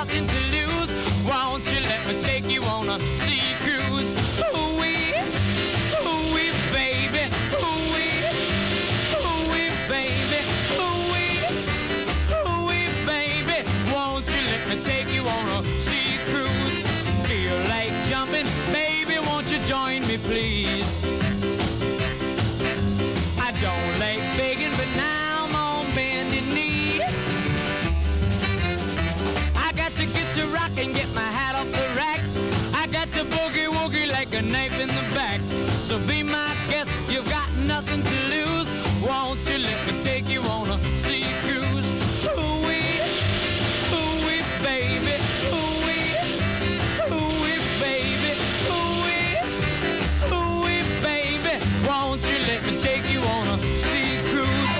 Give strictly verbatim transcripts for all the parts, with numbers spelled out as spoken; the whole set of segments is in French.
nothing to lose. Won't you let me take you on a sea cruise? Ooh-wee, ooh-wee, baby. Ooh-wee, ooh-wee, baby. Ooh-wee, ooh-wee, baby. Won't you let me take you on a sea cruise? Feel like jumping, baby, won't you join me, please? I don't like begging, but now I'm on bended knee. I got to get to rock and get my hat off the rack. I got to boogie woogie like a knife in the back. So be my guest, you've got nothing to lose. Won't you let me take you on a sea cruise? Ooh-wee, ooh-wee, baby. Ooh-wee, ooh-wee, baby. Ooh-wee, ooh-wee, baby. Won't you let me take you on a sea cruise?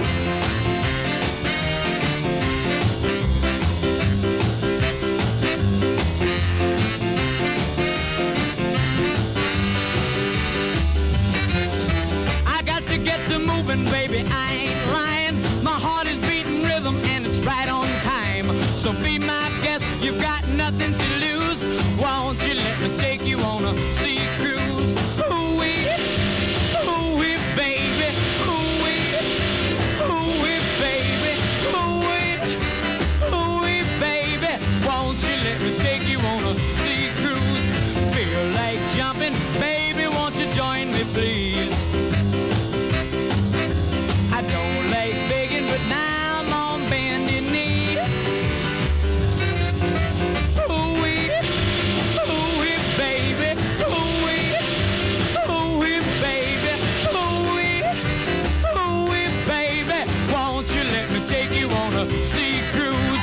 I got to get to moving, baby, I ain't lying. My heart is beating rhythm and it's right on time. So be my guest, you've got nothing to lose. Won't you let me take you on a sea cruise? Ooh-wee, ooh-wee, baby. Ooh-wee, ooh-wee, baby. Ooh-wee, ooh-wee, baby. Won't you let me take you on a sea cruise? Feel like jumping, baby, won't you join me, please? I don't like begging, but now I'm on bended knee. Ooh-wee, ooh-wee, baby. Ooh-wee, ooh-wee, baby. Ooh-wee, ooh-wee, baby. Won't you let me take you on a sea cruise?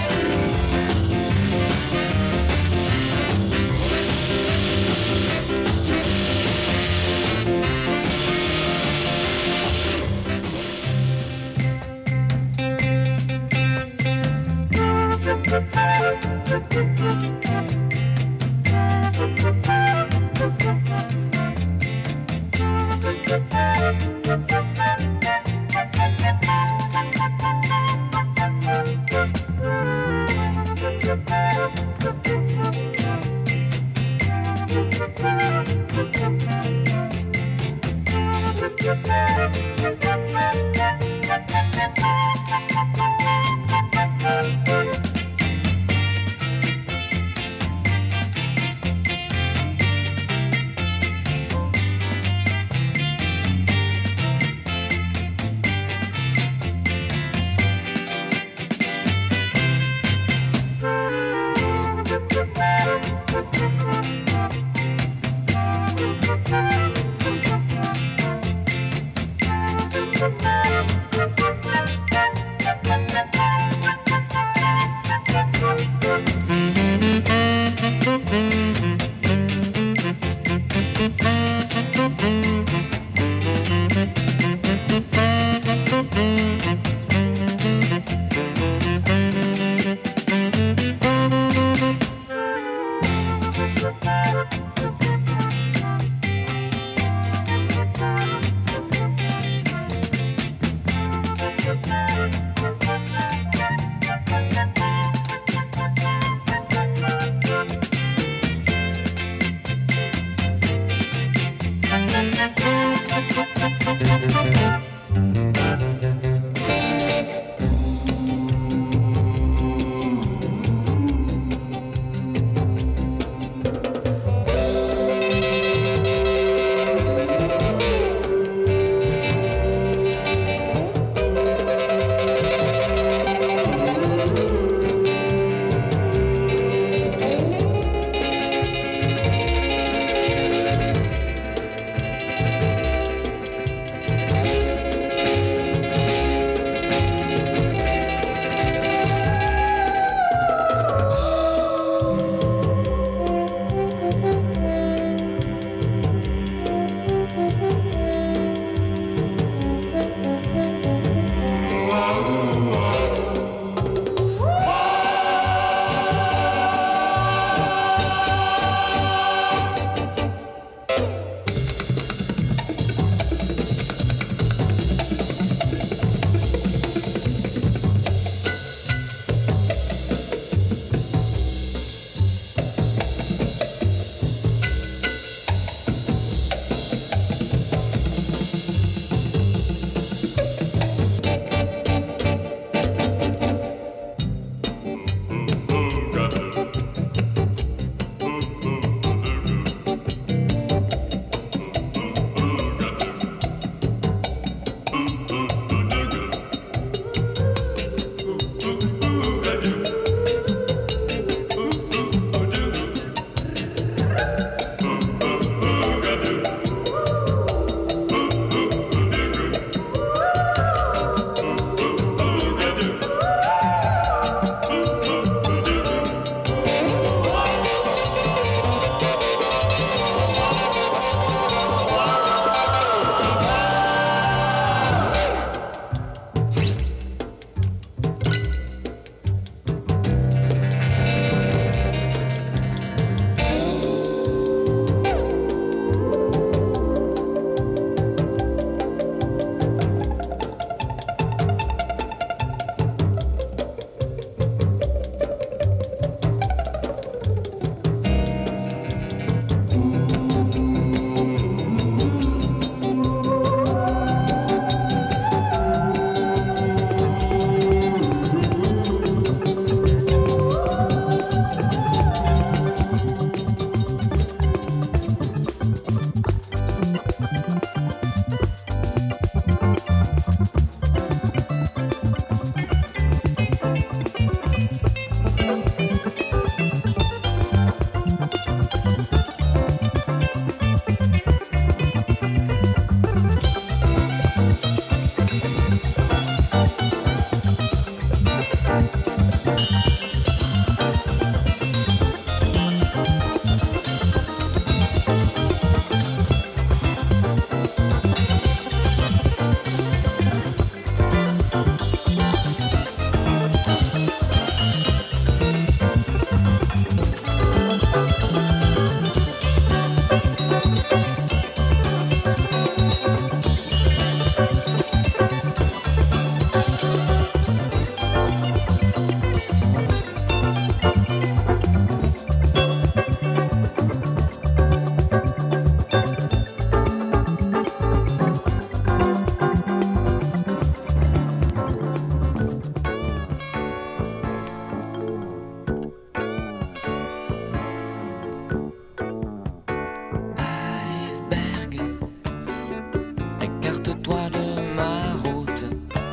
Efface-toi de ma route,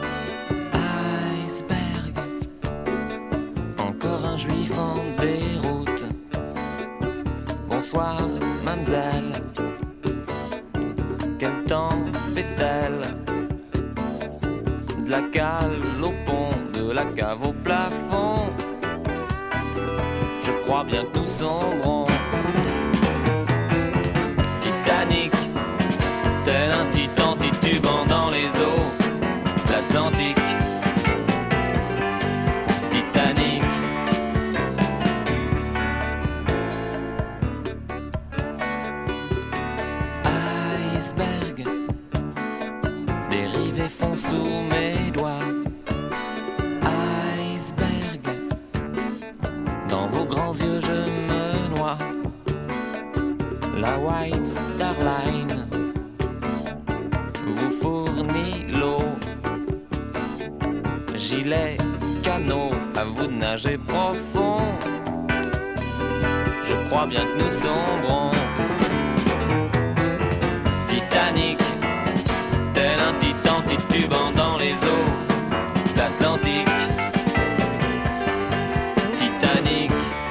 iceberg. Encore un juif en déroute. Bonsoir, mademoiselle. Quel temps fait-elle? De la cale au pont, de la cave au plafond. Je crois bien que nous sombrons. Titanic, tel un titan titubant dans les eaux de l'Atlantique. Titanic. Iceberg, des rivets font sous mes doigts. Iceberg, dans vos grands yeux je me noie. La White Star Line vous fournit l'eau. Gilet, canot, à vous de nager profond. Je crois bien que nous sombrons. Titanic, tel un titan titubant dans les eaux d'Atlantique. Titanic.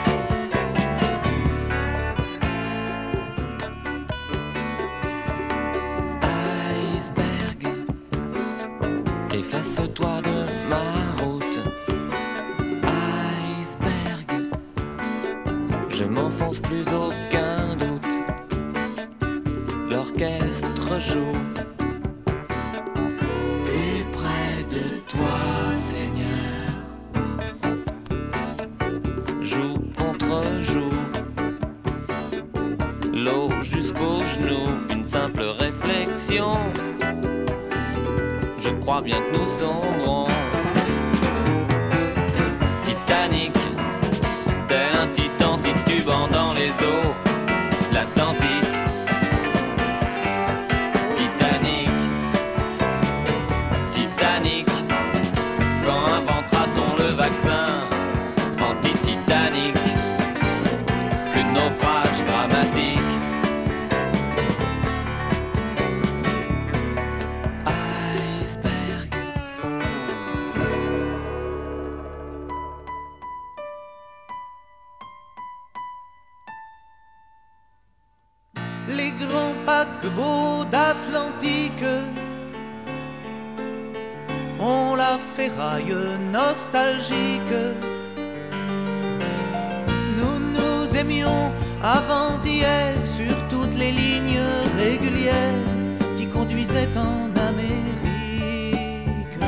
Iceberg, efface-toi de ma route. Iceberg, je m'enfonce plus aucun doute. L'orchestre joue plus près de toi, Seigneur. Joue contre joue, l'eau jusqu'aux genoux, une simple réflexion. Je crois bien que nous sombrons. Titanic, tel un titan titubant dans les eaux de l'Atlantique. Titanic, Titanic, quand inventera-t-on le vaccin anti-Titanic? Plus de naufrage dramatique. Iceberg. Les grands paquebots d'Atlantique ont la ferraille nostalgique. Nous nous aimions avant-hier sur toutes les lignes régulières qui conduisaient en Amérique.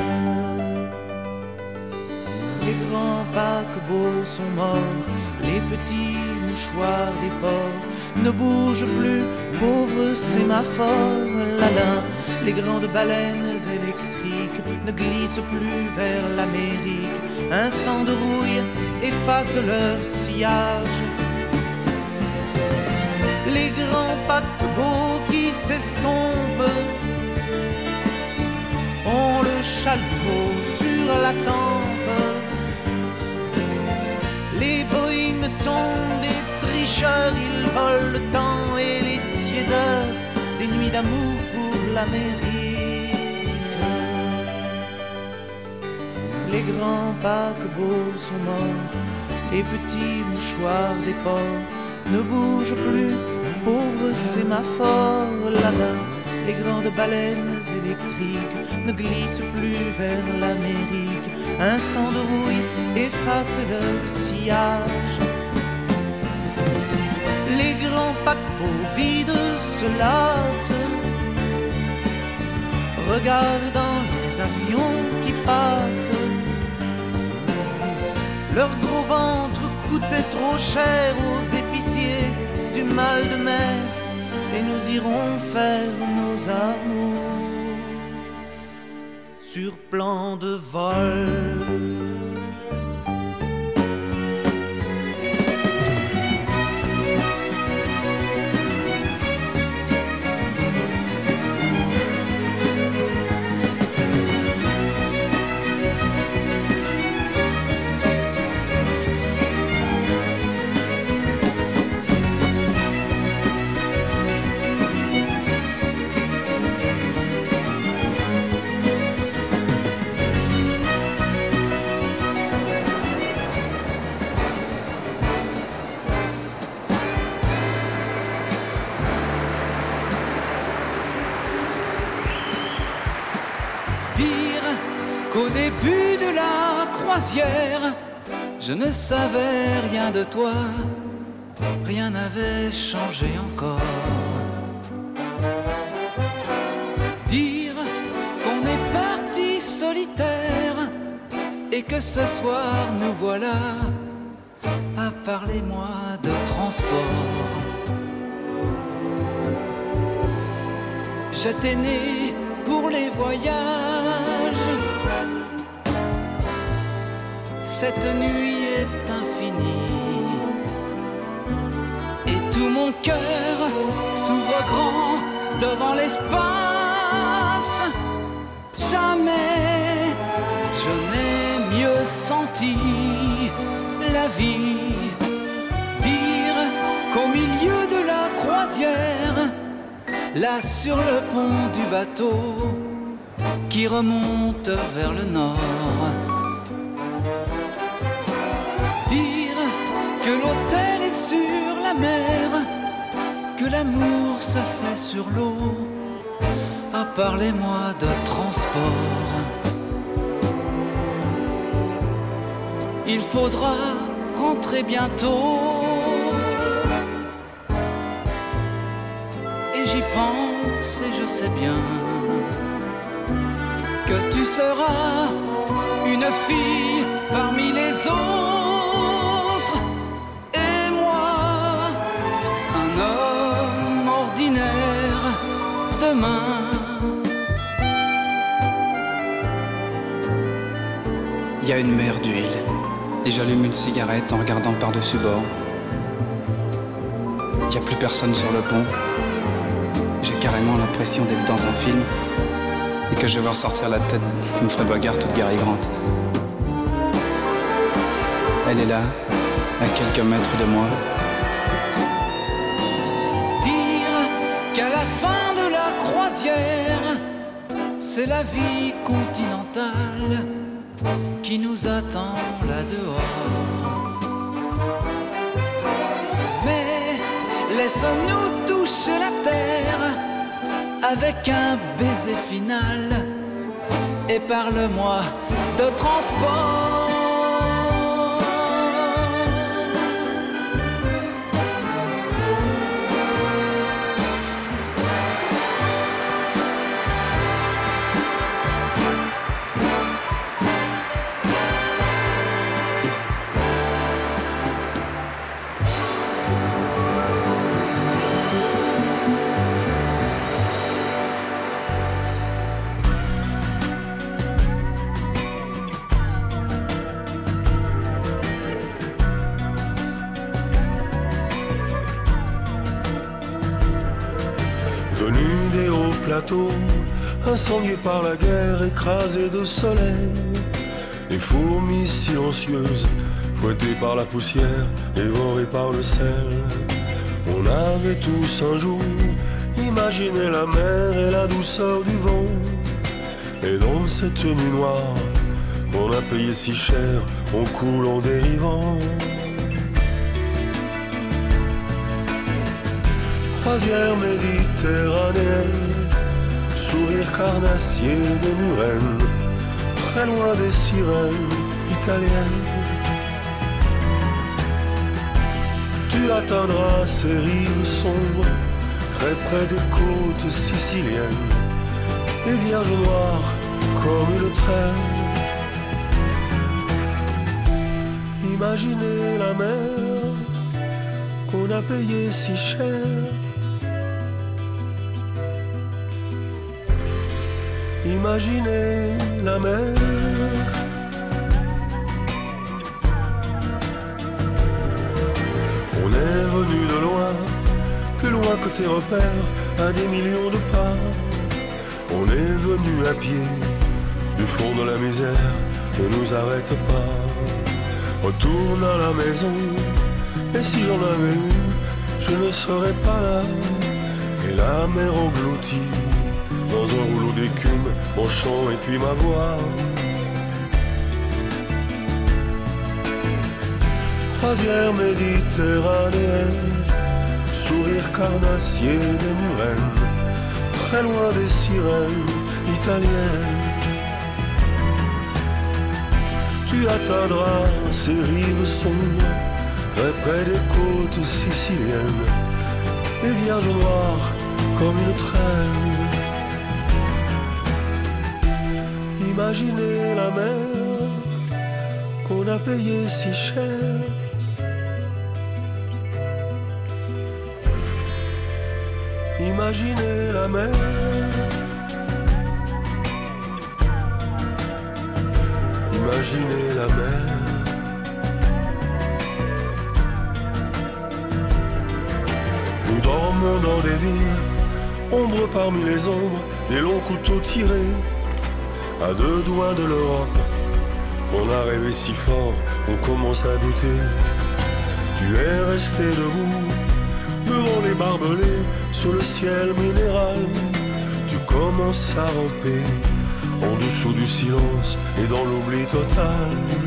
Les grands paquebots sont morts, les petits mouchoirs des ports ne bougent plus, pauvres sémaphores, là-là. Les grandes baleines électriques ne glissent plus vers l'Amérique. Un sang de rouille efface leur sillage. Les grands paquebots qui s'estompent ont le chalumeau sur la tempe. Les Boeing sont des tricheurs, ils volent le temps et les tiédeurs des nuits d'amour pour l'Amérique. Les grands paquebots sont morts, les petits mouchoirs des ports ne bougent plus, pauvres sémaphores, là-là. Les grandes baleines électriques ne glissent plus vers l'Amérique. Un sang de rouille efface leur sillage. Les grands paquebots vides se lassent, regardant les avions qui passent. Leur gros ventre coûtait trop cher aux épiciers du mal de mer, et nous irons faire nos amours sur plan de vol. qu'au début de la croisière, je ne savais rien de toi, rien n'avait changé encore. Dire qu'on est parti solitaire et que ce soir nous voilà à parler moi de transport. J'étais né pour les voyages. Cette nuit est infinie et tout mon cœur s'ouvre grand devant l'espace. Jamais je n'ai mieux senti la vie. Dire qu'au milieu de la croisière, là sur le pont du bateau qui remonte vers le nord, dire que l'hôtel est sur la mer, que l'amour se fait sur l'eau. Ah, parlez-moi de transport. Il faudra rentrer bientôt et j'y pense et je sais bien que tu seras une fille parmi les autres et moi un homme ordinaire demain. Il y a une mer d'huile et j'allume une cigarette en regardant par-dessus bord. Il n'y a plus personne sur le pont. J'ai carrément l'impression d'être dans un film et que je vais voir sortir la tête d'une Fred Boigard toute Gary Grant. Elle est là, à quelques mètres de moi. Dire qu'à la fin de la croisière, c'est la vie continentale qui nous attend là-dehors. Mais laisse-nous toucher la terre avec un baiser final et parle-moi de transport. Incendié par la guerre, écrasé de soleil, les fourmis silencieuses, fouettées par la poussière, dévorées par le sel. On avait tous un jour imaginé la mer et la douceur du vent. Et dans cette nuit noire qu'on a payé si cher, on coule en dérivant. Croisière méditerranéenne, sourire carnassier des murennes, très loin des sirènes italiennes. Tu atteindras ces rives sombres, très près des côtes siciliennes, les vierges noires comme une traîne. Imaginez la mer qu'on a payée si cher. Imaginez la mer. On est venu de loin, plus loin que tes repères, à des millions de pas. On est venu à pied, du fond de la misère, ne nous arrête pas. Retourne à la maison, et si j'en avais une, je ne serais pas là. Et la mer engloutit dans un rouleau d'écume, mon chant et puis ma voix. Croisière méditerranéenne, sourire carnassier des murennes, très loin des sirènes italiennes. Tu atteindras ces rives sombres, très près des côtes siciliennes, les vierges noires comme une traîne. Imaginez la mer qu'on a payée si cher. Imaginez la mer. Imaginez la mer. Nous dormons dans des villes, ombres parmi les ombres, des longs couteaux tirés, à deux doigts de l'Europe. Qu'on a rêvé si fort, on commence à douter. Tu es resté debout, devant les barbelés, sous le ciel minéral. Tu commences à ramper, en dessous du silence et dans l'oubli total.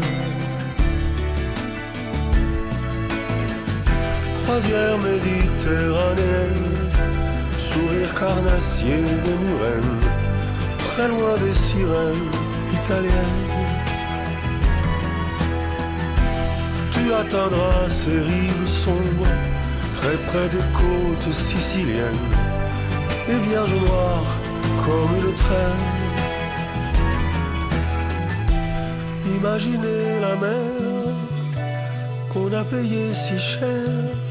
Croisière méditerranéenne, sourire carnassier des murennes, très loin des sirènes italiennes. Tu atteindras ces rives sombres, très près des côtes siciliennes, les vierges noires comme une traîne. Imaginez la mer qu'on a payée si cher.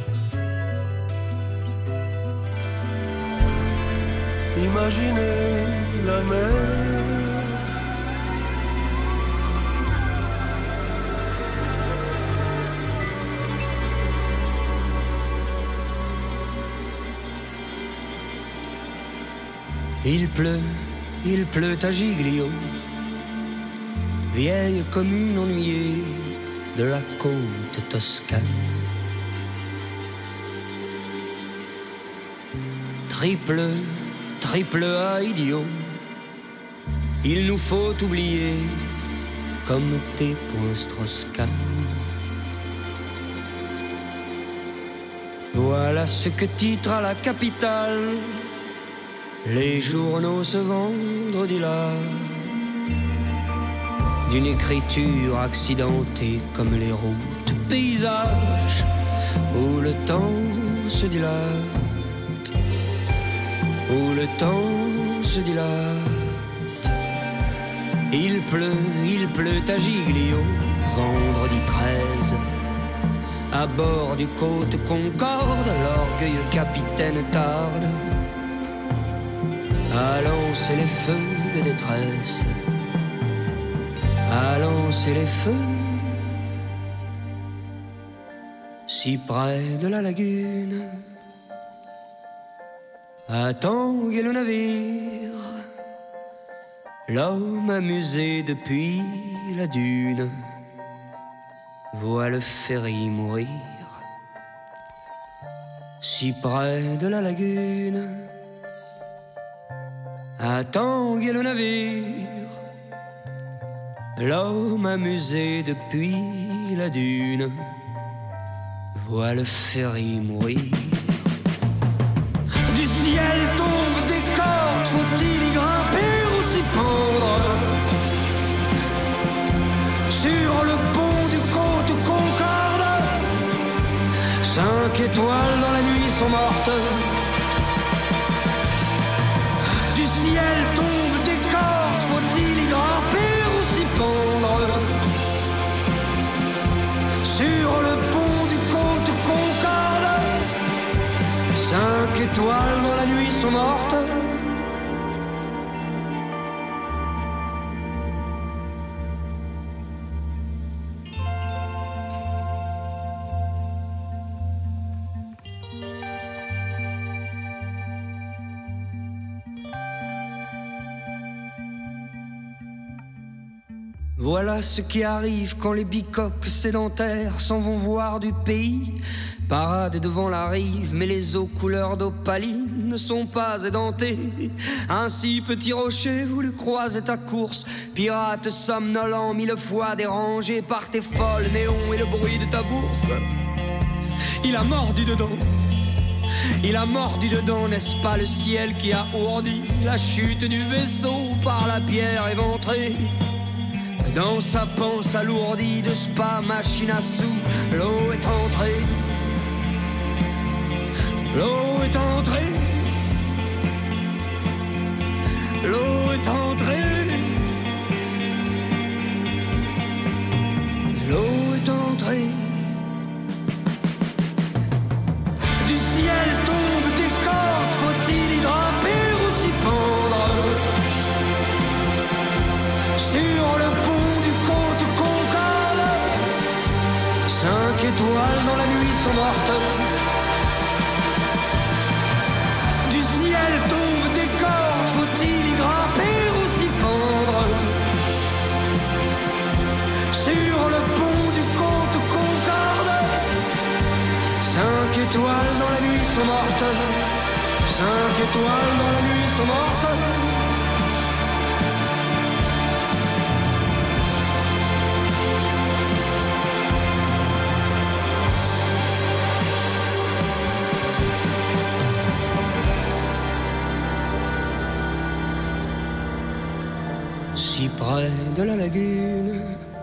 Imaginez la mer. Il pleut, il pleut à Giglio, vieille commune ennuyée de la côte toscane. Triple, triple A idiot, il nous faut oublier comme tes points Strauss-Kahn. Voilà ce que titre à la capitale les journaux ce vendredi-là, d'une écriture accidentée comme les routes paysages où le temps se dilate, où le temps se dilate. Il pleut, il pleut à Giglio, vendredi treize, à bord du Côte Concorde, l'orgueilleux capitaine tarde à lancer les feux de détresse, à lancer les feux si près de la lagune. À tanguer le navire, l'homme amusé depuis la dune voit le ferry mourir si près de la lagune. À tanguer le navire, l'homme amusé depuis la dune voit le ferry mourir. Du ciel tombent des cordes, faut-il y grimper ou s'y pendre? Sur le pont du Côte Concorde, cinq étoiles dans la nuit sont mortes. Du ciel tombent des cordes, faut-il y grimper ou s'y pendre? Sur le pont du Côte Concorde, cinq étoiles dans la nuit sont mortes. Voilà ce qui arrive quand les bicoques sédentaires s'en vont voir du pays. Parade devant la rive, mais les eaux couleur d'opaline ne sont pas édentées. Ainsi, petit rocher, vous le croisez ta course, pirate somnolent, mille fois dérangé par tes folles néons et le bruit de ta bourse. Il a mordu dedans, il a mordu dedans, n'est-ce pas le ciel qui a ourdi la chute du vaisseau par la pierre éventrée Dans sa panse alourdie de spa, machine à sous, l'eau est entrée. L'eau est entrée. L'eau est entrée. L'eau est entrée. Du ciel tombent des cordes, faut-il y grimper ou s'y pendre? Sur le pont du côte Concorde, cinq étoiles dans la nuit sont mortes. Du ciel tombent des cordes, faut-il y grimper ou s'y pendre? Sur le pont du côte Concorde, cinq étoiles dans la nuit sont mortes. Cinq étoiles dans la nuit sont mortes. Si près de la lagune,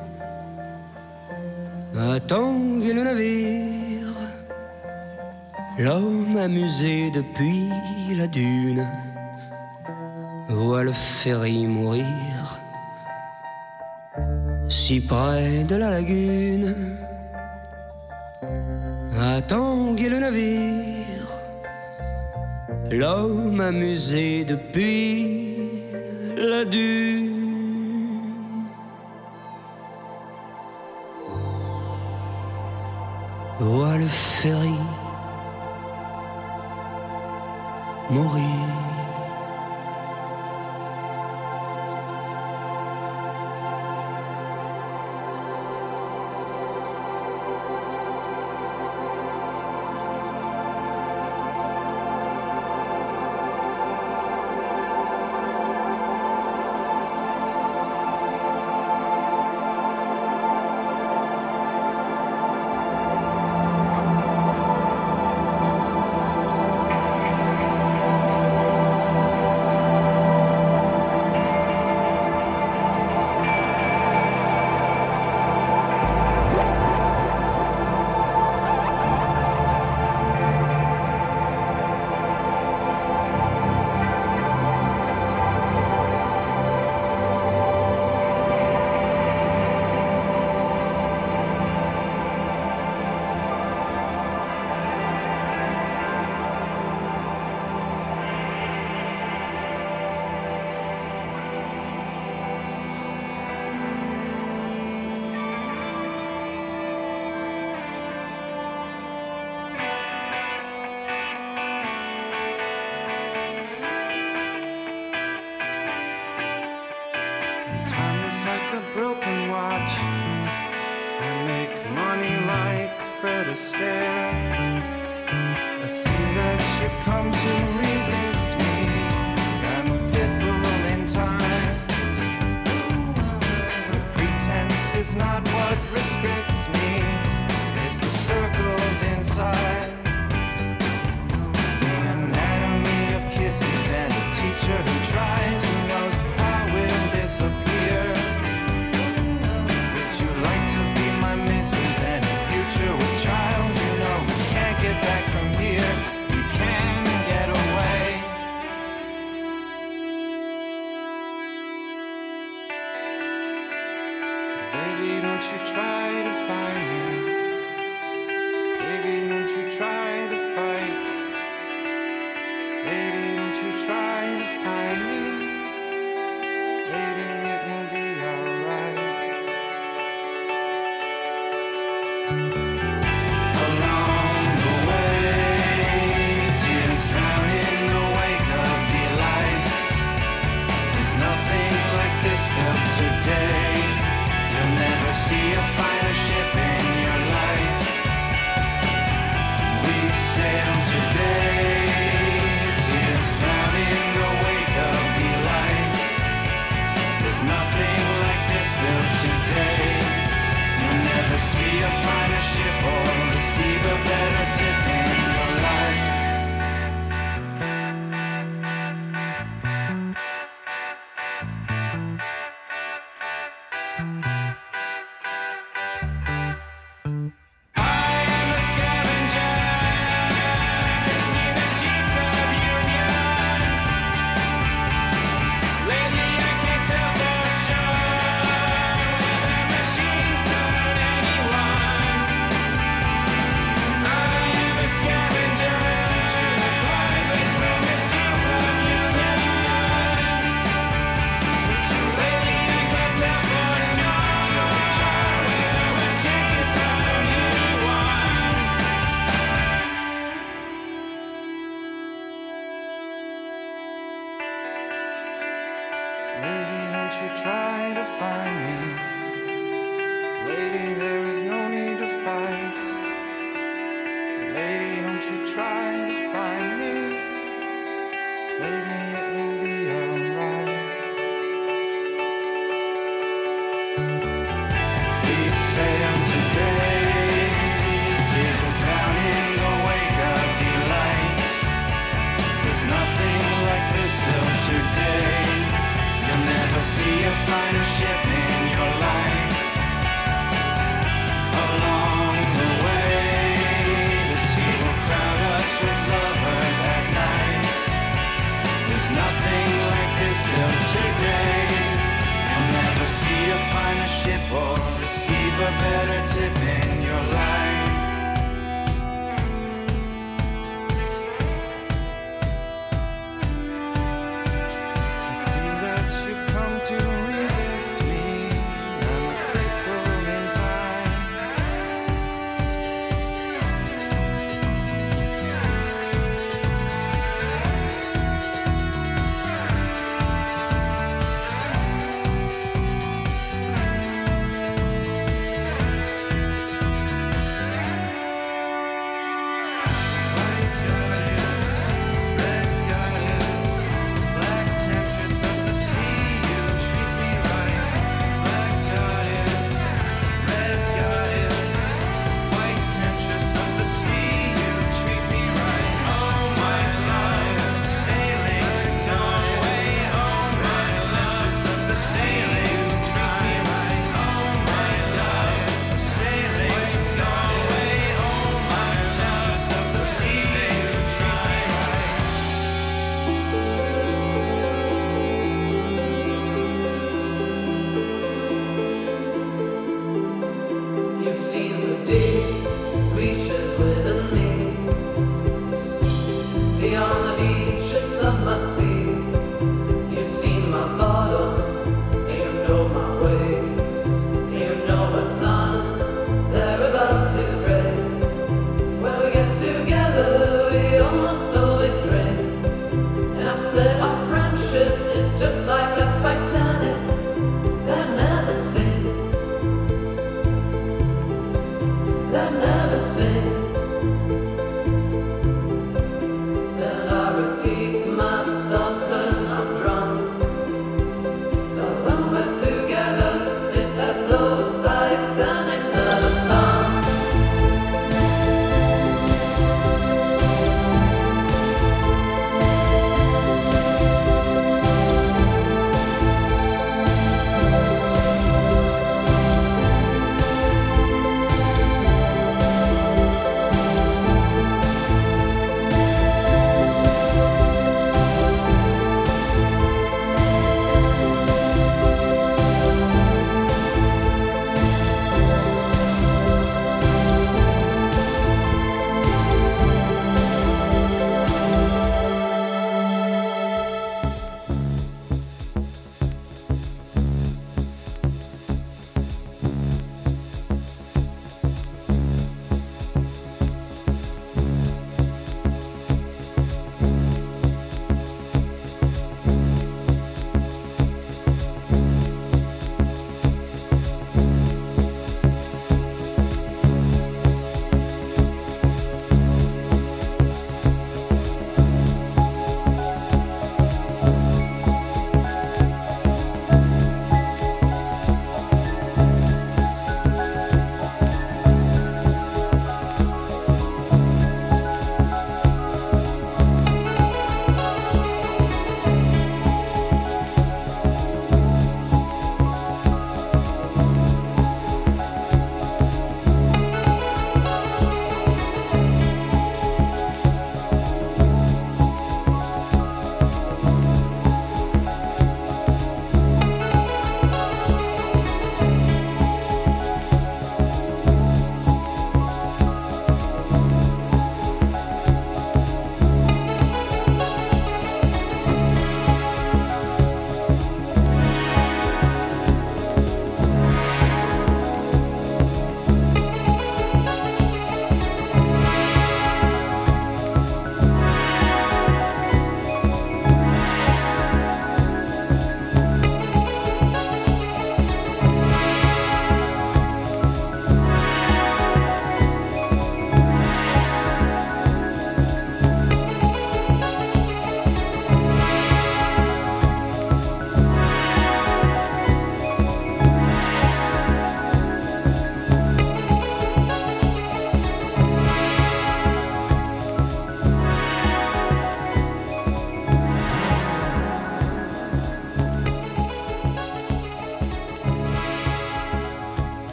à tanguer le navire, l'homme amusé depuis la dune voit le ferry mourir. Si près de la lagune, à tanguer le navire, l'homme amusé depuis la dune voit le ferry mourir. Future with child, you know we can't get back from here. We can't you try to find me. Lady, there is no need to fight. Lady, don't you try to find me. Lady, it will be alright. We sail today, tears will drown in the wake of delight. There's nothing like this till today. You'll never see a finer ship in your life. Along the way, the sea will crowd us with lovers at night. There's nothing like this till today. You'll never see a finer ship or receive a better tip in your life. I see that you've come to resist me.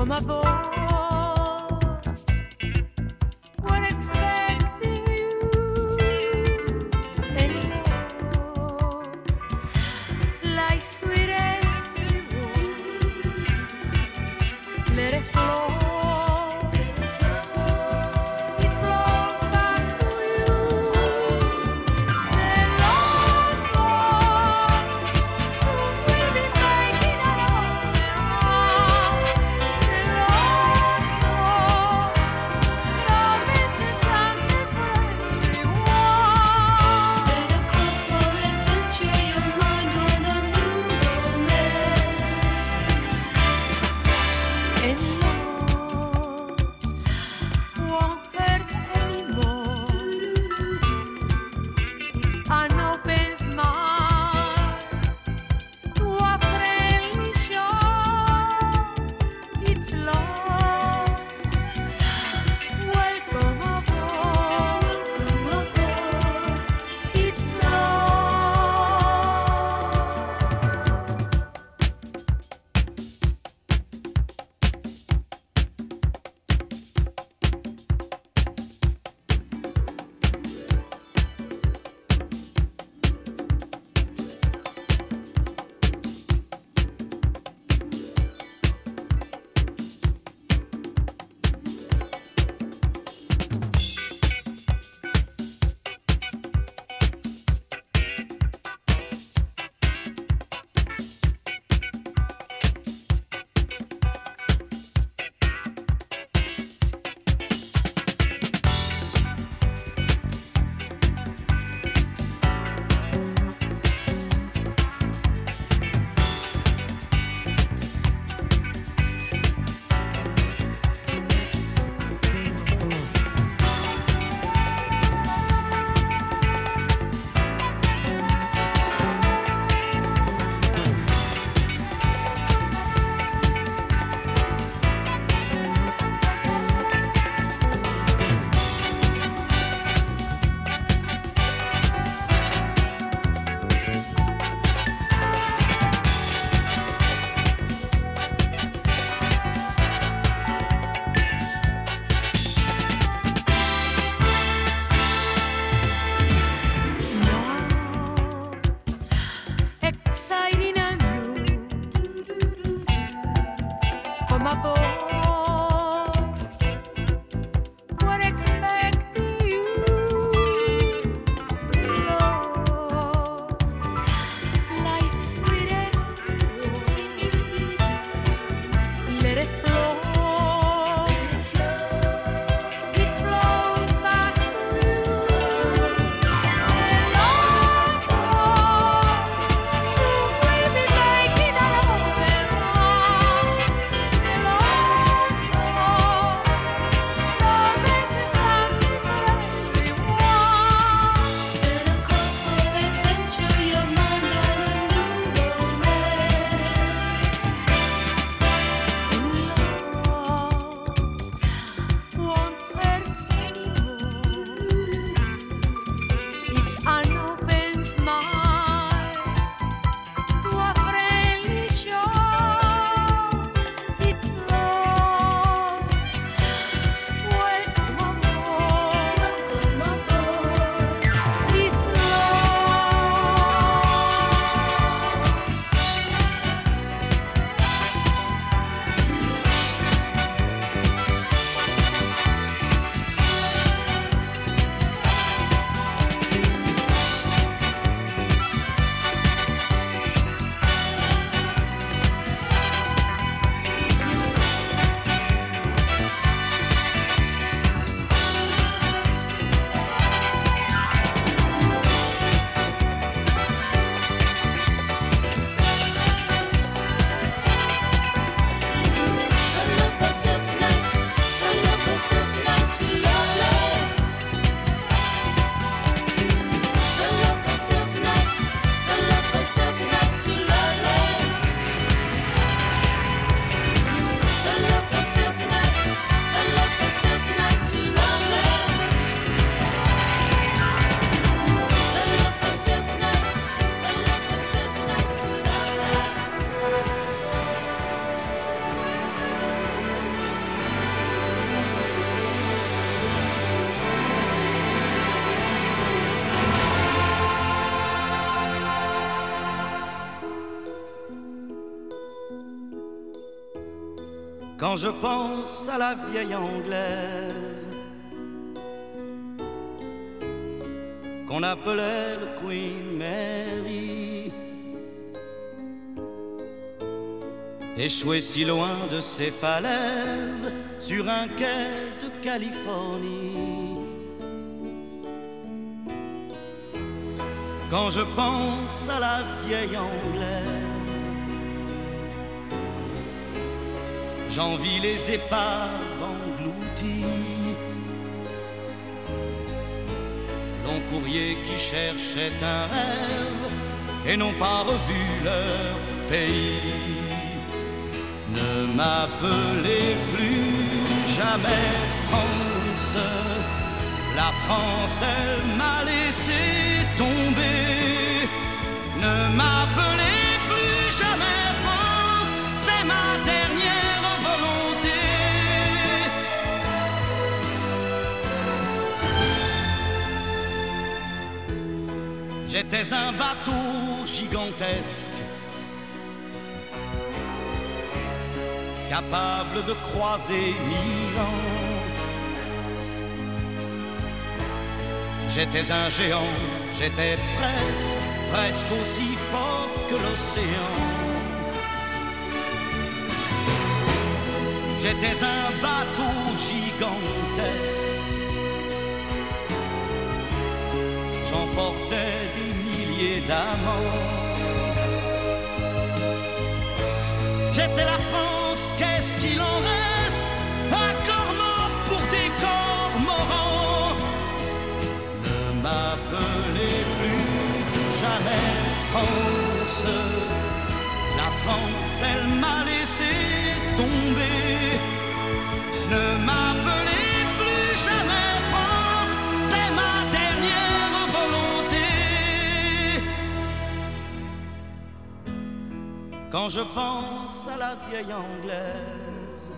come aboard. We're expecting you and love, like sweet as reward. Let it flow. Love Quand je pense à la vieille anglaise qu'on appelait le Queen Mary, échouée si loin de ses falaises sur un quai de Californie. Quand je pense à la vieille anglaise, j'envie les épaves englouties, long courrier qui cherchait un rêve et n'ont pas revu leur pays. Ne m'appelez plus jamais France, la France elle m'a laissé tomber. Ne m'appelez plus jamais France, c'est ma dernière volonté. J'étais un bateau gigantesque, capable de croiser mille ans. J'étais un géant, j'étais presque, presque aussi fort que l'océan. J'étais un bateau gigantesque, j'emportais des milliers d'amants. J'étais la France, qu'est-ce qu'il en reste? Un corps mort pour des corps morants. Ne m'appelez plus jamais France, la France elle m'a laissé tomber. Ne m'appelez plus jamais France, c'est ma dernière volonté. Quand je pense à la vieille anglaise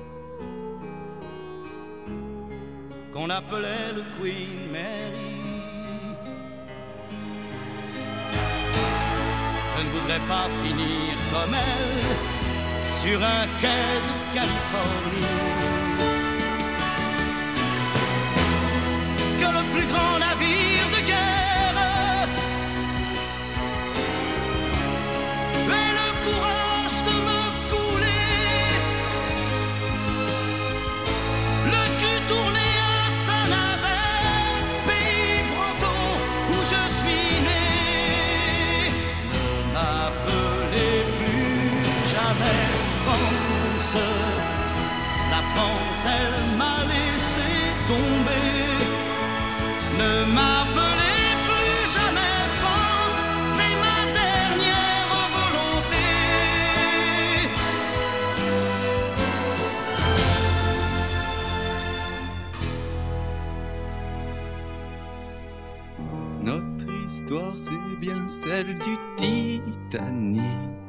qu'on appelait le Queen Mary, je ne voudrais pas finir comme elle sur un quai de Californie. Que le plus grand navire de guerre ait le courage de me couler, le cul tourné à Saint-Nazaire, pays breton où je suis né. Ne m'appelez plus jamais France, la France elle m'a laissé tomber. Ne m'appelez plus jamais France, c'est ma dernière volonté. Notre histoire c'est bien celle du Titanic.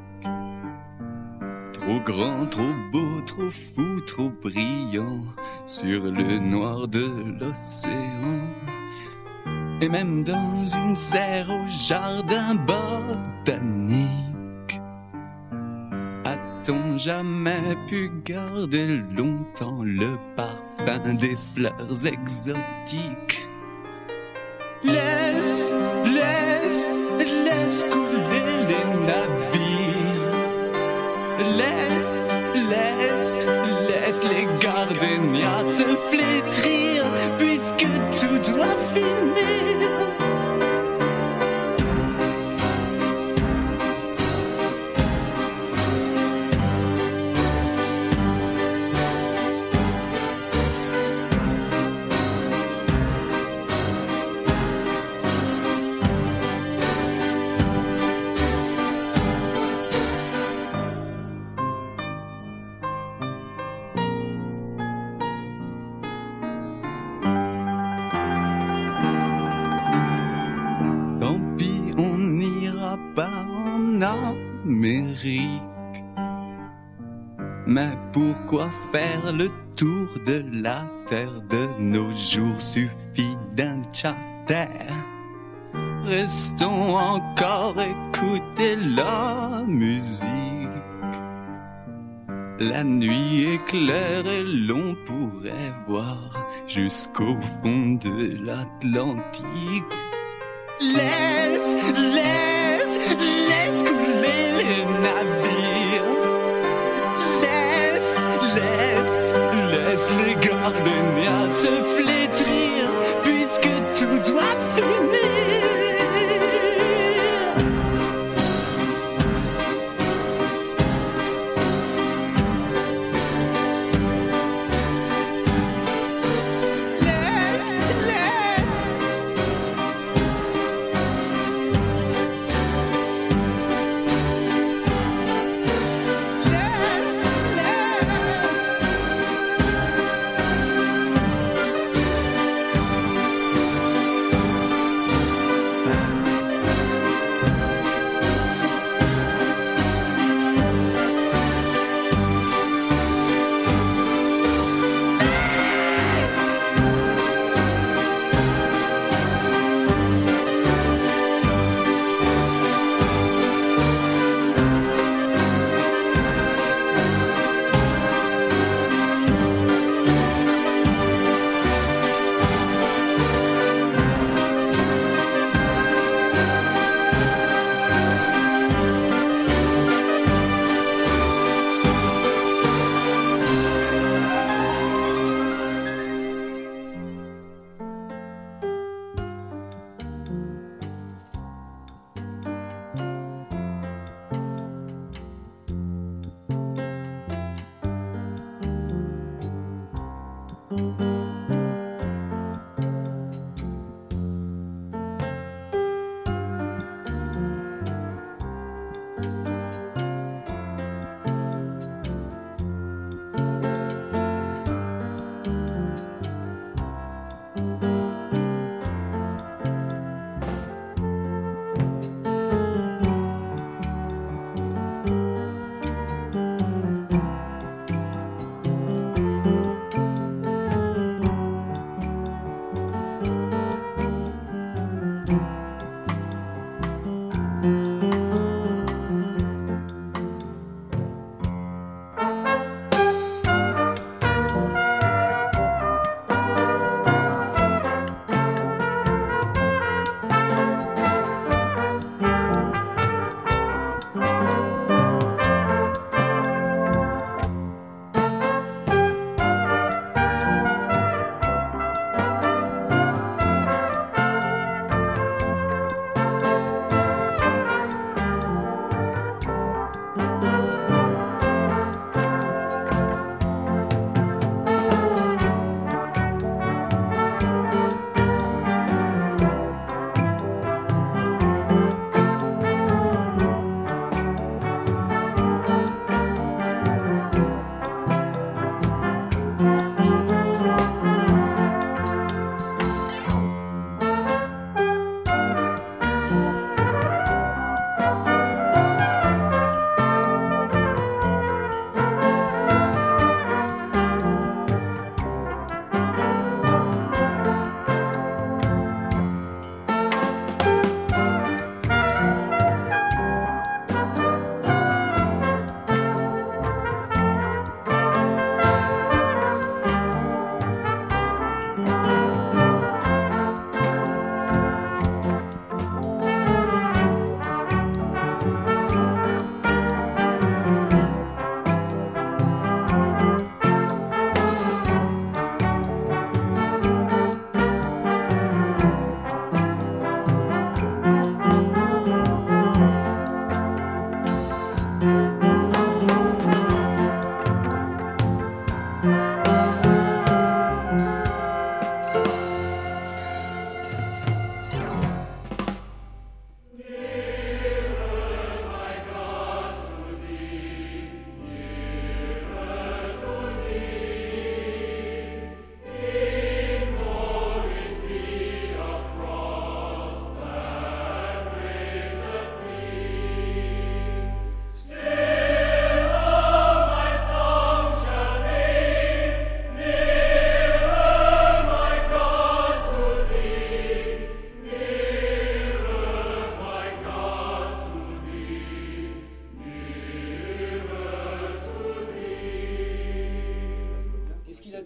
Trop grand, trop beau, trop fou, trop brillant sur le noir de l'océan. Et même dans une serre au jardin botanique, a-t-on jamais pu garder longtemps le parfum des fleurs exotiques? Laisse, laisse, laisse couler les navires. Laisse, laisse, laisse les gardenias se flétrir, puisque tout doit finir. Amérique. Mais pourquoi faire le tour de la terre? De nos jours suffit d'un charter. Restons encore écouter la musique. La nuit est claire et l'on pourrait voir jusqu'au fond de l'Atlantique. Laisse, laisse, laisse couler les navires. Laisse, laisse, laisse les gardenias se flétrir, puisque tout doit finir.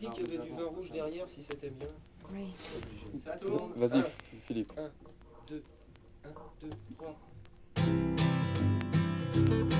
dit qu'il y avait du vin rouge derrière si c'était bien. Oui. C'est à tout le monde. Vas-y, Un, Philippe. un, deux, un, deux, trois.